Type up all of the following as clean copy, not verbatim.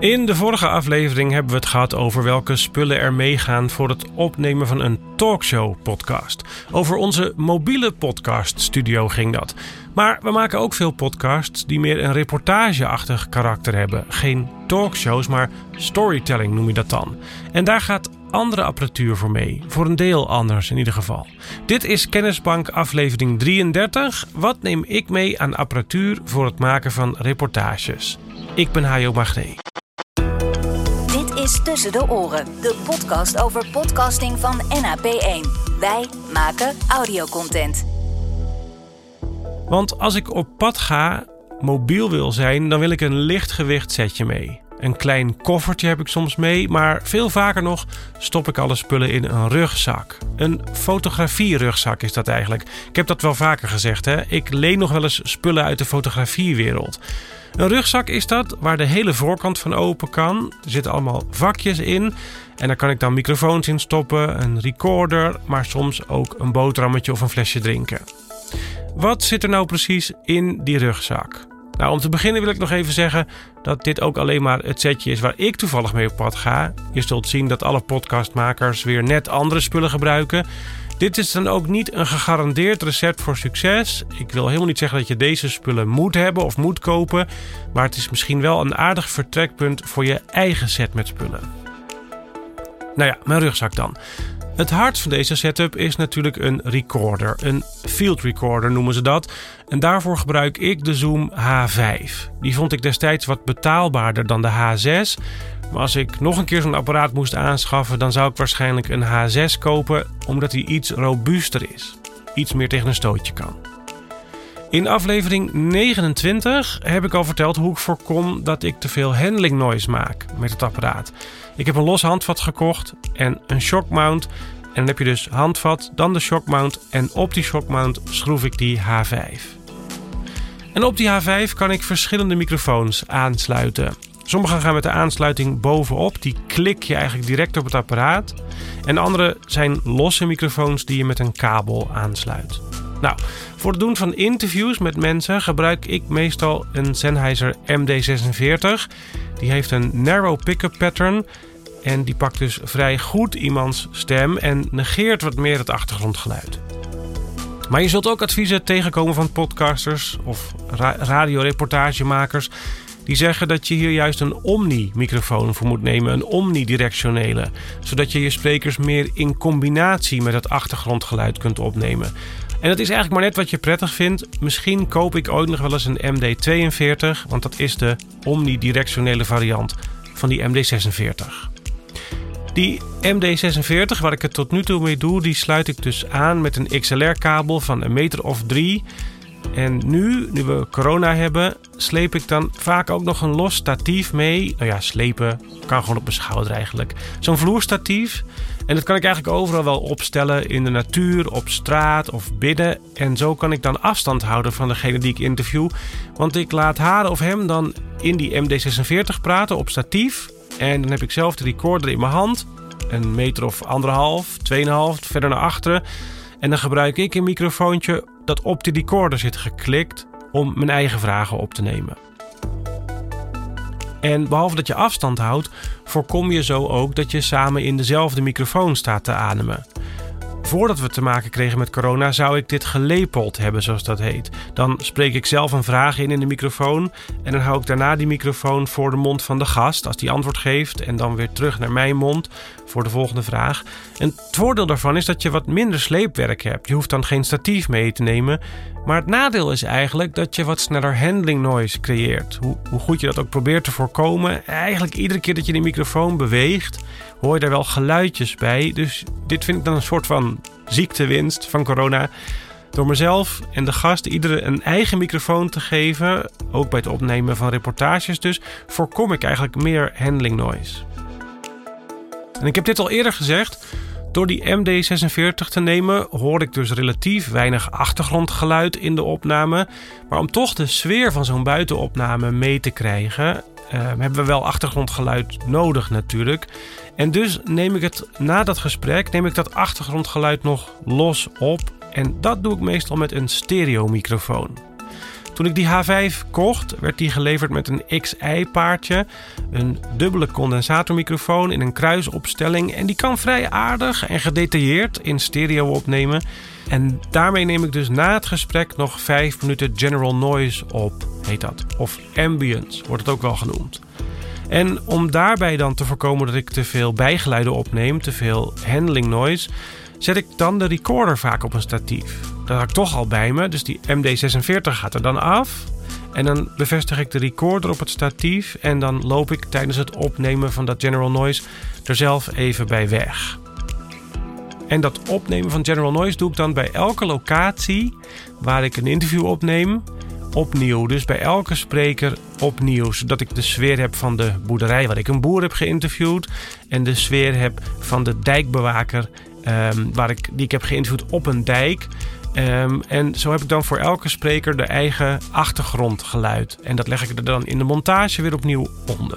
In de vorige aflevering hebben we het gehad over welke spullen er meegaan voor het opnemen van een talkshow-podcast. Over onze mobiele podcaststudio ging dat. Maar we maken ook veel podcasts die meer een reportageachtig karakter hebben. Geen talkshows, maar storytelling noem je dat dan. En daar gaat andere apparatuur voor mee. Voor een deel anders in ieder geval. Dit is Kennisbank aflevering 33. Wat neem ik mee aan apparatuur voor het maken van reportages? Ik ben Hajo Magné. Dit is Tussen de Oren, de podcast over podcasting van NAP1. Wij maken audiocontent. Want als ik op pad ga, mobiel wil zijn, dan wil ik een lichtgewicht setje mee. Een klein koffertje heb ik soms mee, maar veel vaker nog stop ik alle spullen in een rugzak. Een fotografierugzak is dat eigenlijk. Ik heb dat wel vaker gezegd, hè? Ik leen nog wel eens spullen uit de fotografiewereld. Een rugzak is dat, waar de hele voorkant van open kan. Er zitten allemaal vakjes in. En daar kan ik dan microfoons in stoppen, een recorder, maar soms ook een boterhammetje of een flesje drinken. Wat zit er nou precies in die rugzak? Nou, om te beginnen wil ik nog even zeggen dat dit ook alleen maar het setje is waar ik toevallig mee op pad ga. Je zult zien dat alle podcastmakers weer net andere spullen gebruiken. Dit is dan ook niet een gegarandeerd recept voor succes. Ik wil helemaal niet zeggen dat je deze spullen moet hebben of moet kopen. Maar het is misschien wel een aardig vertrekpunt voor je eigen set met spullen. Nou ja, mijn rugzak dan. Het hart van deze setup is natuurlijk een recorder. Een field recorder noemen ze dat. En daarvoor gebruik ik de Zoom H5. Die vond ik destijds wat betaalbaarder dan de H6. Maar als ik nog een keer zo'n apparaat moest aanschaffen, dan zou ik waarschijnlijk een H6 kopen, omdat hij iets robuuster is. Iets meer tegen een stootje kan. In aflevering 29 heb ik al verteld hoe ik voorkom dat ik te veel handling noise maak met het apparaat. Ik heb een los handvat gekocht en een shockmount. En dan heb je dus handvat, dan de shockmount en op die shockmount schroef ik die H5. En op die H5 kan ik verschillende microfoons aansluiten. Sommige gaan met de aansluiting bovenop, die klik je eigenlijk direct op het apparaat. En andere zijn losse microfoons die je met een kabel aansluit. Nou, voor het doen van interviews met mensen gebruik ik meestal een Sennheiser MD46. Die heeft een narrow pick-up pattern en die pakt dus vrij goed iemands stem en negeert wat meer het achtergrondgeluid. Maar je zult ook adviezen tegenkomen van podcasters of radioreportagemakers die zeggen dat je hier juist een omni-microfoon voor moet nemen, een omnidirectionele, zodat je je sprekers meer in combinatie met het achtergrondgeluid kunt opnemen. En dat is eigenlijk maar net wat je prettig vindt. Misschien koop ik ooit nog wel eens een MD42, want dat is de omnidirectionele variant van die MD46. Die MD46, waar ik het tot nu toe mee doe, die sluit ik dus aan met een XLR-kabel van 1,3 meter. En nu we corona hebben, sleep ik dan vaak ook nog een los statief mee. Nou ja, slepen kan gewoon op mijn schouder eigenlijk. Zo'n vloerstatief. En dat kan ik eigenlijk overal wel opstellen. In de natuur, op straat of binnen. En zo kan ik dan afstand houden van degene die ik interview. Want ik laat haar of hem dan in die MD46 praten op statief. En dan heb ik zelf de recorder in mijn hand. 1,5 meter of 1,5, 2,5, verder naar achteren. En dan gebruik ik een microfoontje dat op de recorder zit geklikt om mijn eigen vragen op te nemen. En behalve dat je afstand houdt, voorkom je zo ook dat je samen in dezelfde microfoon staat te ademen. Voordat we te maken kregen met corona zou ik dit gelepeld hebben, zoals dat heet. Dan spreek ik zelf een vraag in de microfoon en dan hou ik daarna die microfoon voor de mond van de gast als die antwoord geeft en dan weer terug naar mijn mond voor de volgende vraag. En het voordeel daarvan is dat je wat minder sleepwerk hebt. Je hoeft dan geen statief mee te nemen. Maar het nadeel is eigenlijk dat je wat sneller handling noise creëert. Hoe goed je dat ook probeert te voorkomen. Eigenlijk iedere keer dat je de microfoon beweegt, hoor je daar wel geluidjes bij. Dus dit vind ik dan een soort van ziektewinst van corona. Door mezelf en de gast iedere een eigen microfoon te geven, ook bij het opnemen van reportages dus, voorkom ik eigenlijk meer handling noise. En ik heb dit al eerder gezegd, door die MD46 te nemen hoor ik dus relatief weinig achtergrondgeluid in de opname. Maar om toch de sfeer van zo'n buitenopname mee te krijgen, hebben we wel achtergrondgeluid nodig natuurlijk. En dus neem ik het na dat gesprek, dat achtergrondgeluid nog los op. En dat doe ik meestal met een stereomicrofoon. Toen ik die H5 kocht, werd die geleverd met een XI-paardje, een dubbele condensatormicrofoon in een kruisopstelling en die kan vrij aardig en gedetailleerd in stereo opnemen. En daarmee neem ik dus na het gesprek nog 5 minuten general noise op, heet dat. Of ambience, wordt het ook wel genoemd. En om daarbij dan te voorkomen dat ik te veel bijgeluiden opneem, te veel handling noise, zet ik dan de recorder vaak op een statief. Dat had ik toch al bij me, dus die MD46 gaat er dan af. En dan bevestig ik de recorder op het statief en dan loop ik tijdens het opnemen van dat general noise er zelf even bij weg. En dat opnemen van general noise doe ik dan bij elke locatie waar ik een interview opneem, opnieuw. Dus bij elke spreker opnieuw, zodat ik de sfeer heb van de boerderij waar ik een boer heb geïnterviewd en de sfeer heb van de dijkbewaker die ik heb geïnterviewd op een dijk. En zo heb ik dan voor elke spreker de eigen achtergrondgeluid. En dat leg ik er dan in de montage weer opnieuw onder.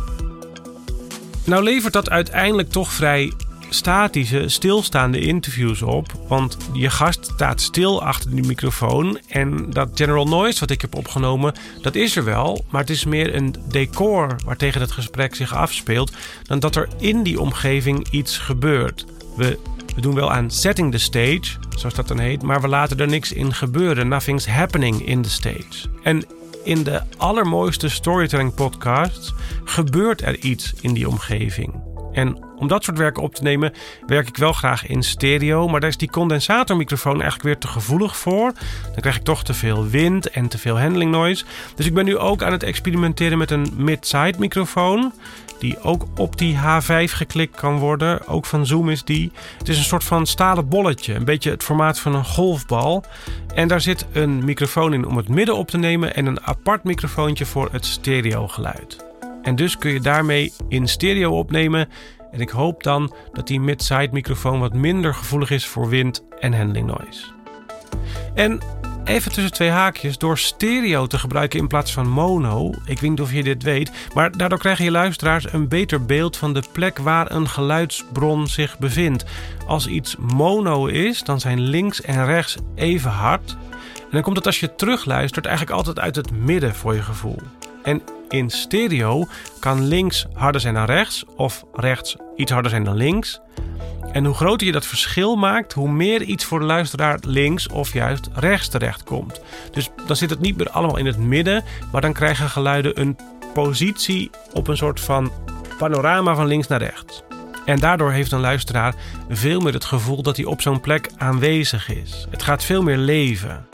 Nou levert dat uiteindelijk toch vrij statische, stilstaande interviews op. Want je gast staat stil achter die microfoon. En dat general noise wat ik heb opgenomen, dat is er wel. Maar het is meer een decor waartegen het gesprek zich afspeelt, dan dat er in die omgeving iets gebeurt. We doen wel aan setting the stage, zoals dat dan heet, maar we laten er niks in gebeuren. Nothing's happening in the stage. En in de allermooiste storytelling podcasts gebeurt er iets in die omgeving. En om dat soort werk op te nemen, werk ik wel graag in stereo, maar daar is die condensatormicrofoon eigenlijk weer te gevoelig voor. Dan krijg ik toch te veel wind en te veel handling noise. Dus ik ben nu ook aan het experimenteren met een mid-side microfoon, die ook op die H5 geklikt kan worden. Ook van Zoom is die. Het is een soort van stalen bolletje, een beetje het formaat van een golfbal. En daar zit een microfoon in om het midden op te nemen en een apart microfoontje voor het stereogeluid. En dus kun je daarmee in stereo opnemen. En ik hoop dan dat die mid-side microfoon wat minder gevoelig is voor wind en handling noise. En even tussen twee haakjes, door stereo te gebruiken in plaats van mono, ik weet niet of je dit weet, maar daardoor krijgen je luisteraars een beter beeld van de plek waar een geluidsbron zich bevindt. Als iets mono is, dan zijn links en rechts even hard. En dan komt het als je terugluistert eigenlijk altijd uit het midden voor je gevoel. En in stereo kan links harder zijn dan rechts of rechts iets harder zijn dan links. En hoe groter je dat verschil maakt, hoe meer iets voor de luisteraar links of juist rechts terecht komt. Dus dan zit het niet meer allemaal in het midden, maar dan krijgen geluiden een positie op een soort van panorama van links naar rechts. En daardoor heeft een luisteraar veel meer het gevoel dat hij op zo'n plek aanwezig is. Het gaat veel meer leven.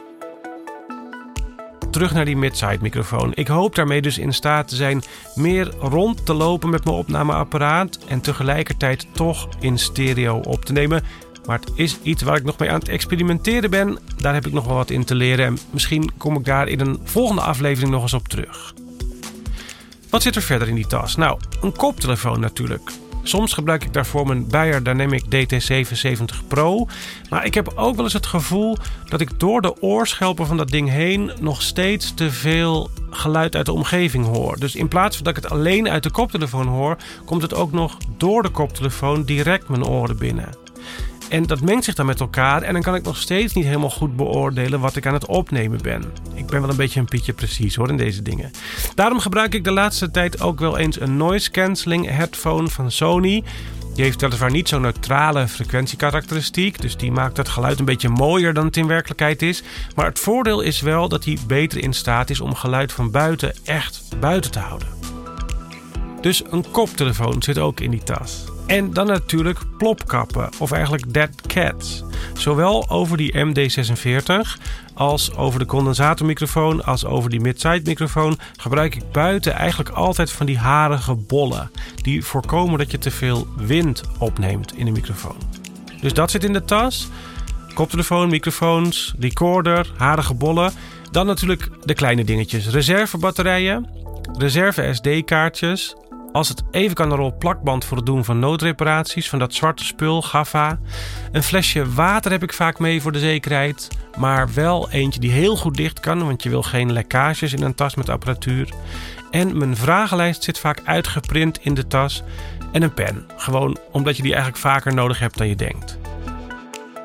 Terug naar die mid-side microfoon. Ik hoop daarmee dus in staat te zijn meer rond te lopen met mijn opnameapparaat en tegelijkertijd toch in stereo op te nemen. Maar het is iets waar ik nog mee aan het experimenteren ben. Daar heb ik nog wel wat in te leren en misschien kom ik daar in een volgende aflevering nog eens op terug. Wat zit er verder in die tas? Nou, een koptelefoon natuurlijk. Soms gebruik ik daarvoor mijn Beyer Dynamic DT770 Pro. Maar ik heb ook wel eens het gevoel dat ik door de oorschelpen van dat ding heen nog steeds te veel geluid uit de omgeving hoor. Dus in plaats van dat ik het alleen uit de koptelefoon hoor, komt het ook nog door de koptelefoon direct mijn oren binnen. En dat mengt zich dan met elkaar en dan kan ik nog steeds niet helemaal goed beoordelen wat ik aan het opnemen ben. Ik ben wel een beetje een Pietje precies hoor in deze dingen. Daarom gebruik ik de laatste tijd ook wel eens een noise cancelling headphone van Sony. Die heeft weliswaar niet zo'n neutrale frequentiekarakteristiek, dus die maakt het geluid een beetje mooier dan het in werkelijkheid is. Maar het voordeel is wel dat hij beter in staat is om geluid van buiten echt buiten te houden. Dus een koptelefoon zit ook in die tas. En dan natuurlijk plopkappen, of eigenlijk dead cats. Zowel over die MD46 als over de condensatormicrofoon als over die mid-side microfoon gebruik ik buiten eigenlijk altijd van die harige bollen. Die voorkomen dat je te veel wind opneemt in de microfoon. Dus dat zit in de tas. Koptelefoon, microfoons, recorder, harige bollen. Dan natuurlijk de kleine dingetjes. Reservebatterijen, reserve SD-kaartjes. Als het even kan, een rol plakband voor het doen van noodreparaties, van dat zwarte spul, gaffa. Een flesje water heb ik vaak mee voor de zekerheid, maar wel eentje die heel goed dicht kan, want je wil geen lekkages in een tas met apparatuur. En mijn vragenlijst zit vaak uitgeprint in de tas en een pen. Gewoon omdat je die eigenlijk vaker nodig hebt dan je denkt.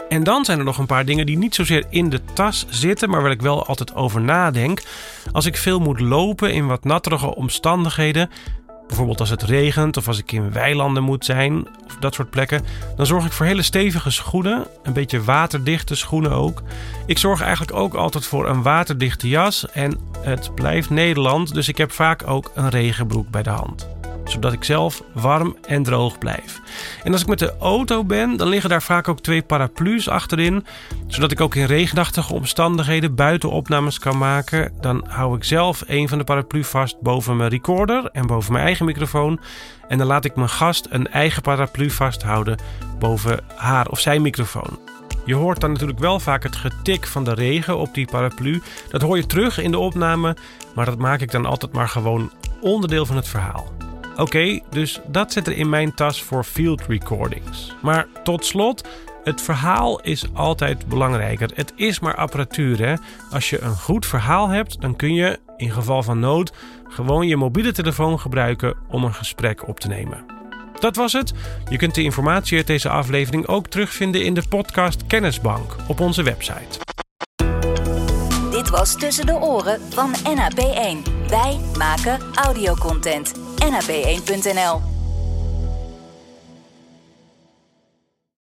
En dan zijn er nog een paar dingen die niet zozeer in de tas zitten, maar waar ik wel altijd over nadenk. Als ik veel moet lopen in wat natterige omstandigheden, bijvoorbeeld als het regent of als ik in weilanden moet zijn of dat soort plekken, dan zorg ik voor hele stevige schoenen, een beetje waterdichte schoenen ook. Ik zorg eigenlijk ook altijd voor een waterdichte jas en het blijft Nederland, dus ik heb vaak ook een regenbroek bij de hand, zodat ik zelf warm en droog blijf. En als ik met de auto ben, dan liggen daar vaak ook 2 paraplu's achterin, zodat ik ook in regenachtige omstandigheden buiten opnames kan maken. Dan hou ik zelf een van de paraplu vast boven mijn recorder en boven mijn eigen microfoon. En dan laat ik mijn gast een eigen paraplu vasthouden boven haar of zijn microfoon. Je hoort dan natuurlijk wel vaak het getik van de regen op die paraplu. Dat hoor je terug in de opname, maar dat maak ik dan altijd maar gewoon onderdeel van het verhaal. Oké, dus dat zit er in mijn tas voor field recordings. Maar tot slot, het verhaal is altijd belangrijker. Het is maar apparatuur, hè. Als je een goed verhaal hebt, dan kun je, in geval van nood, gewoon je mobiele telefoon gebruiken om een gesprek op te nemen. Dat was het. Je kunt de informatie uit deze aflevering ook terugvinden in de podcast Kennisbank op onze website. Dit was Tussen de Oren van NAP1. Wij maken audiocontent. NAP1.nl